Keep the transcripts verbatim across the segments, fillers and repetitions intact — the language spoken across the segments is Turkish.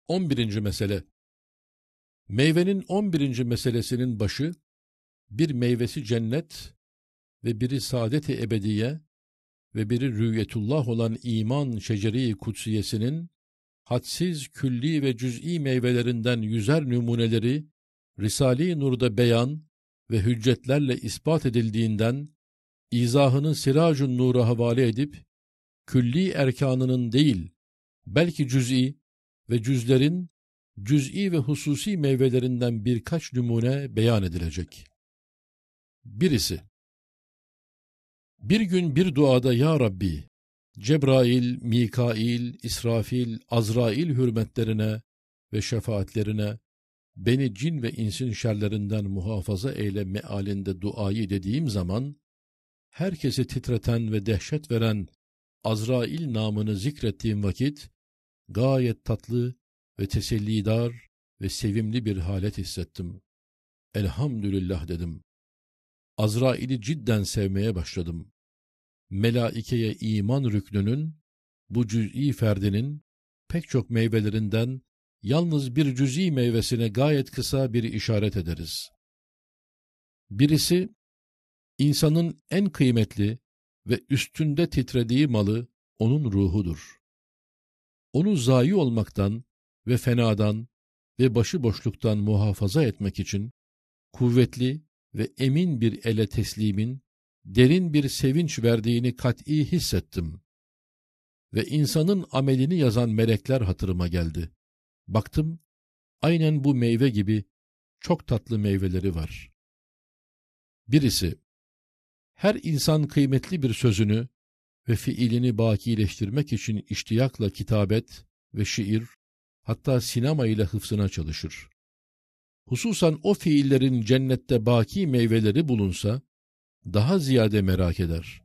on birinci mesele. Meyvenin on birinci meselesinin başı, bir meyvesi cennet ve biri saadet-i ebediye ve biri rüyetullah olan iman şeceri kutsiyesinin hadsiz külli ve cüz'i meyvelerinden yüzer numuneleri Risale-i Nur'da beyan ve hüccetlerle ispat edildiğinden izahını Siracun Nur'a havale edip külli erkanının değil, belki cüz'i ve cüzlerin cüz'i ve hususi meyvelerinden birkaç numune beyan edilecek. Birisi, bir gün bir duada ya Rabbi, Cebrail, Mikail, İsrafil, Azrail hürmetlerine ve şefaatlerine beni cin ve insin şerlerinden muhafaza eyle mealinde duayı dediğim zaman, herkesi titreten ve dehşet veren Azrail namını zikrettiğim vakit, gayet tatlı ve tesellidar ve sevimli bir halet hissettim. Elhamdülillah dedim. Azrail'i cidden sevmeye başladım. Melaikeye iman rüknünün, bu cüz'i ferdinin pek çok meyvelerinden yalnız bir cüz'i meyvesine gayet kısa bir işaret ederiz. Birisi, insanın en kıymetli ve üstünde titrediği malı onun ruhudur. Onu zayi olmaktan ve fenadan ve başıboşluktan muhafaza etmek için kuvvetli ve emin bir ele teslimin derin bir sevinç verdiğini kat'i hissettim. Ve insanın amelini yazan melekler hatırıma geldi. Baktım, aynen bu meyve gibi çok tatlı meyveleri var. Birisi, her insan kıymetli bir sözünü ve fiilini bakileştirmek için iştiyakla kitabet ve şiir, hatta sinema ile hıfzına çalışır. Hususan o fiillerin cennette baki meyveleri bulunsa, daha ziyade merak eder.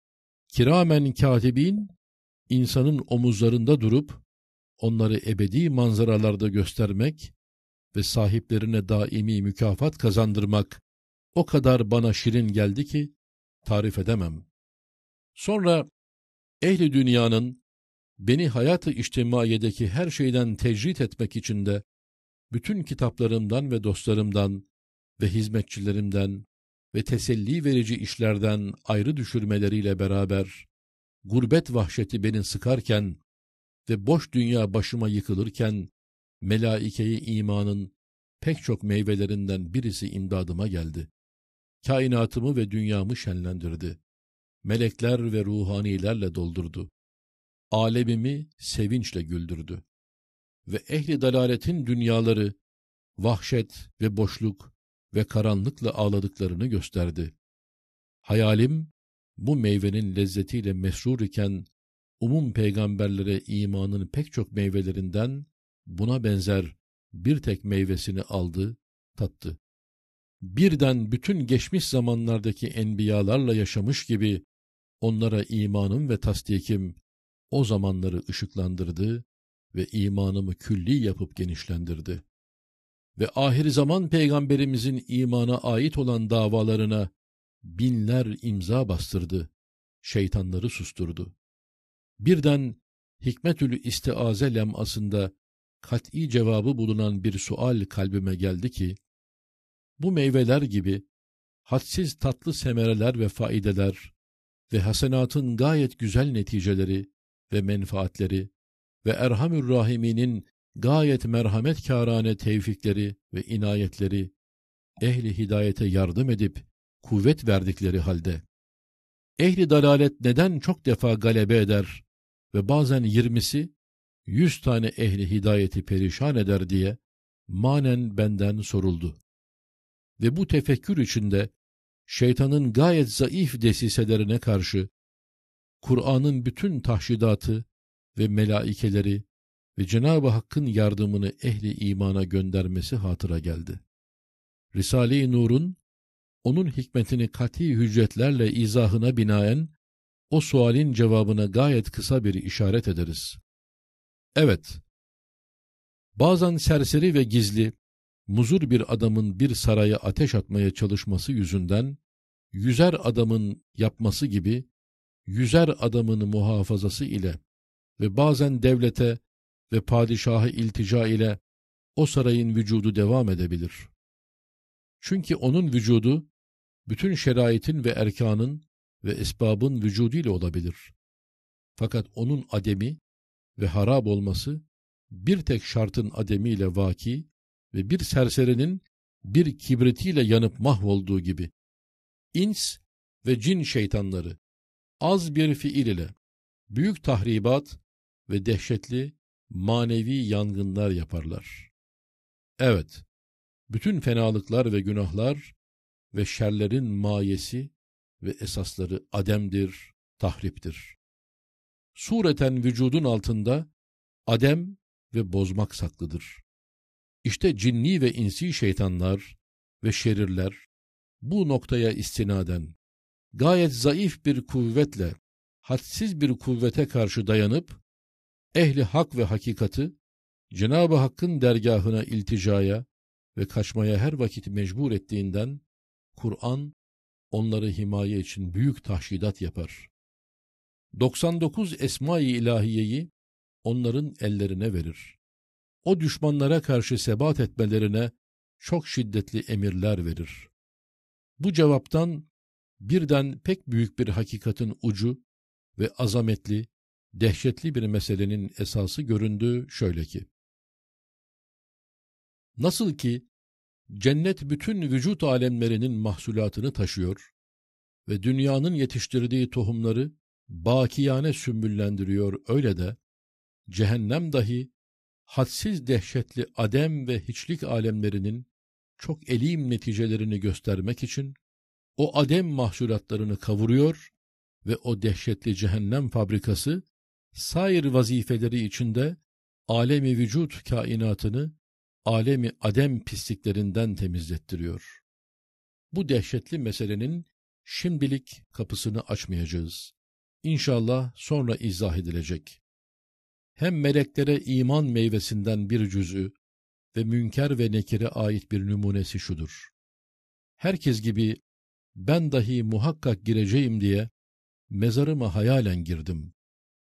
Kiramen katibin, insanın omuzlarında durup, onları ebedi manzaralarda göstermek ve sahiplerine daimi mükafat kazandırmak o kadar bana şirin geldi ki, tarif edemem. Sonra, ehli dünyanın, beni hayat-ı içtimaiyedeki her şeyden tecrit etmek için de, bütün kitaplarımdan ve dostlarımdan ve hizmetçilerimden ve teselli verici işlerden ayrı düşürmeleriyle beraber, gurbet vahşeti beni sıkarken ve boş dünya başıma yıkılırken, melaike-i imanın pek çok meyvelerinden birisi imdadıma geldi. Kainatımı ve dünyamı şenlendirdi. Melekler ve ruhanilerle doldurdu. Alemimi sevinçle güldürdü. Ve ehli dalaletin dünyaları, vahşet ve boşluk ve karanlıkla ağladıklarını gösterdi. Hayalim, bu meyvenin lezzetiyle mesrur iken, umum peygamberlere imanın pek çok meyvelerinden, buna benzer bir tek meyvesini aldı, tattı. Birden bütün geçmiş zamanlardaki enbiyalarla yaşamış gibi, onlara imanım ve tasdikim, o zamanları ışıklandırdı ve imanımı külli yapıp genişlendirdi. Ve ahir zaman peygamberimizin imana ait olan davalarına binler imza bastırdı, şeytanları susturdu. Birden Hikmetül İstiaze lem'asında kat'i cevabı bulunan bir sual kalbime geldi ki, bu meyveler gibi hadsiz tatlı semereler ve faideler ve hasenatın gayet güzel neticeleri ve menfaatleri ve Erhamür Rahiminin gayet merhametkârane tevfikleri ve inayetleri ehli hidayete yardım edip kuvvet verdikleri halde ehli dalalet neden çok defa galebe eder ve bazen yirmisi yüz tane ehli hidayeti perişan eder diye manen benden soruldu. Ve bu tefekkür içinde şeytanın gayet zayıf desiselerine karşı Kur'an'ın bütün tahşidatı ve melaikeleri ve Cenab-ı Hakk'ın yardımını ehli imana göndermesi hatıra geldi. Risale-i Nur'un onun hikmetini kat'i hüccetlerle izahına binaen o sualin cevabına gayet kısa bir işaret ederiz. Evet, bazen serseri ve gizli, muzur bir adamın bir saraya ateş atmaya çalışması yüzünden, yüzer adamın yapması gibi, yüzer adamın muhafazası ile ve bazen devlete ve padişahı iltica ile o sarayın vücudu devam edebilir. Çünkü onun vücudu, bütün şeraitin ve erkanın ve esbabın vücudu ile olabilir. Fakat onun ademi ve harap olması, bir tek şartın ademiyle vaki ve bir serserinin bir kibritiyle yanıp mahvolduğu gibi, ins ve cin şeytanları az bir fiil ile büyük tahribat ve dehşetli manevi yangınlar yaparlar. Evet, bütün fenalıklar ve günahlar ve şerlerin mayesi ve esasları ademdir, tahriptir. Sureten vücudun altında adem ve bozmak saklıdır. İşte cinni ve insi şeytanlar ve şerirler bu noktaya istinaden gayet zayıf bir kuvvetle hadsiz bir kuvvete karşı dayanıp ehli hak ve hakikati Cenab-ı Hakk'ın dergahına ilticaya ve kaçmaya her vakit mecbur ettiğinden Kur'an onları himaye için büyük tahşidat yapar. doksan dokuz Esma-i İlahiye'yi onların ellerine verir. O düşmanlara karşı sebat etmelerine çok şiddetli emirler verir. Bu cevaptan birden pek büyük bir hakikatin ucu ve azametli, dehşetli bir meselenin esası göründü şöyle ki: nasıl ki cennet bütün vücut alemlerinin mahsulatını taşıyor ve dünyanın yetiştirdiği tohumları bakiyane sümbüllendiriyor, öyle de cehennem dahi hadsiz dehşetli adem ve hiçlik alemlerinin çok elim neticelerini göstermek için o adem mahsulatlarını kavuruyor ve o dehşetli cehennem fabrikası sair vazifeleri içinde alemi vücut kainatını alemi adem pisliklerinden temizlettiriyor. Bu dehşetli meselenin şimdilik kapısını açmayacağız. İnşallah sonra izah edilecek. Hem meleklere iman meyvesinden bir cüz'ü ve münker ve nekire ait bir numunesi şudur: herkes gibi ben dahi muhakkak gireceğim diye mezarıma hayalen girdim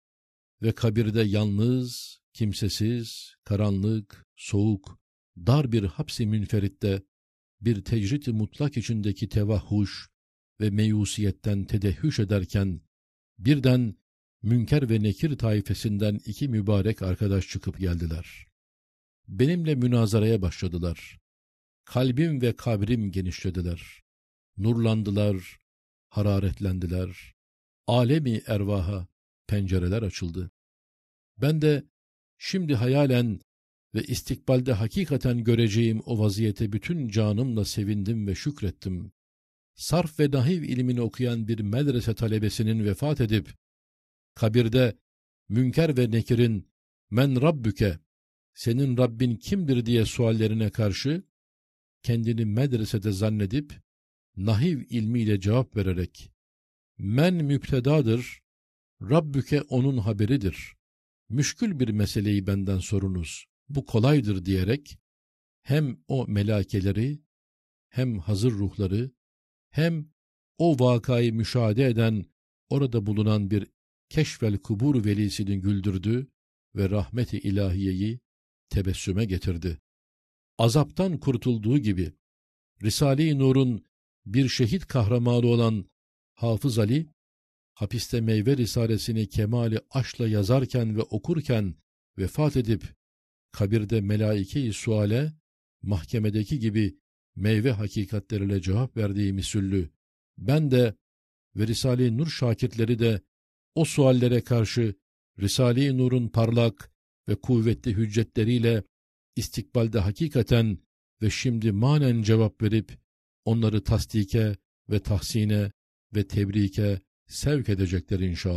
ve kabirde yalnız, kimsesiz, karanlık, soğuk, dar bir hapsi münferitte bir tecrit-i mutlak içindeki tevahhuş ve meyusiyetten tedehhüş ederken birden Münker ve Nekir taifesinden iki mübarek arkadaş çıkıp geldiler. Benimle münazaraya başladılar. Kalbim ve kabrim genişlediler. Nurlandılar, hararetlendiler. Alemi ervaha pencereler açıldı. Ben de şimdi hayalen ve istikbalde hakikaten göreceğim o vaziyete bütün canımla sevindim ve şükrettim. Sarf ve nahiv ilmini okuyan bir medrese talebesinin vefat edip kabirde Münker ve Nekir'in "Men Rabbüke, senin Rabbin kimdir?" diye suallerine karşı kendini medresede zannedip nahiv ilmiyle cevap vererek "Men müptedadır, Rabbüke onun haberidir. Müşkül bir meseleyi benden sorunuz, bu kolaydır" diyerek hem o melakeleri, hem hazır ruhları, hem o vakayı müşahede eden orada bulunan bir keşfel kubur velisini güldürdü ve rahmet-i ilahiyeyi tebessüme getirdi. Azaptan kurtulduğu gibi Risale-i Nur'un bir şehit kahramanı olan Hafız Ali, hapiste meyve risalesini kemali aşkla yazarken ve okurken vefat edip kabirde melaike-i suale mahkemedeki gibi meyve hakikatleriyle cevap verdiği misüllü ben de ve Risale-i Nur şakirtleri de o suallere karşı Risale-i Nur'un parlak ve kuvvetli hüccetleriyle istikbalde hakikaten ve şimdi manen cevap verip onları tasdike ve tahsine ve tebrike sevk edecekler inşallah.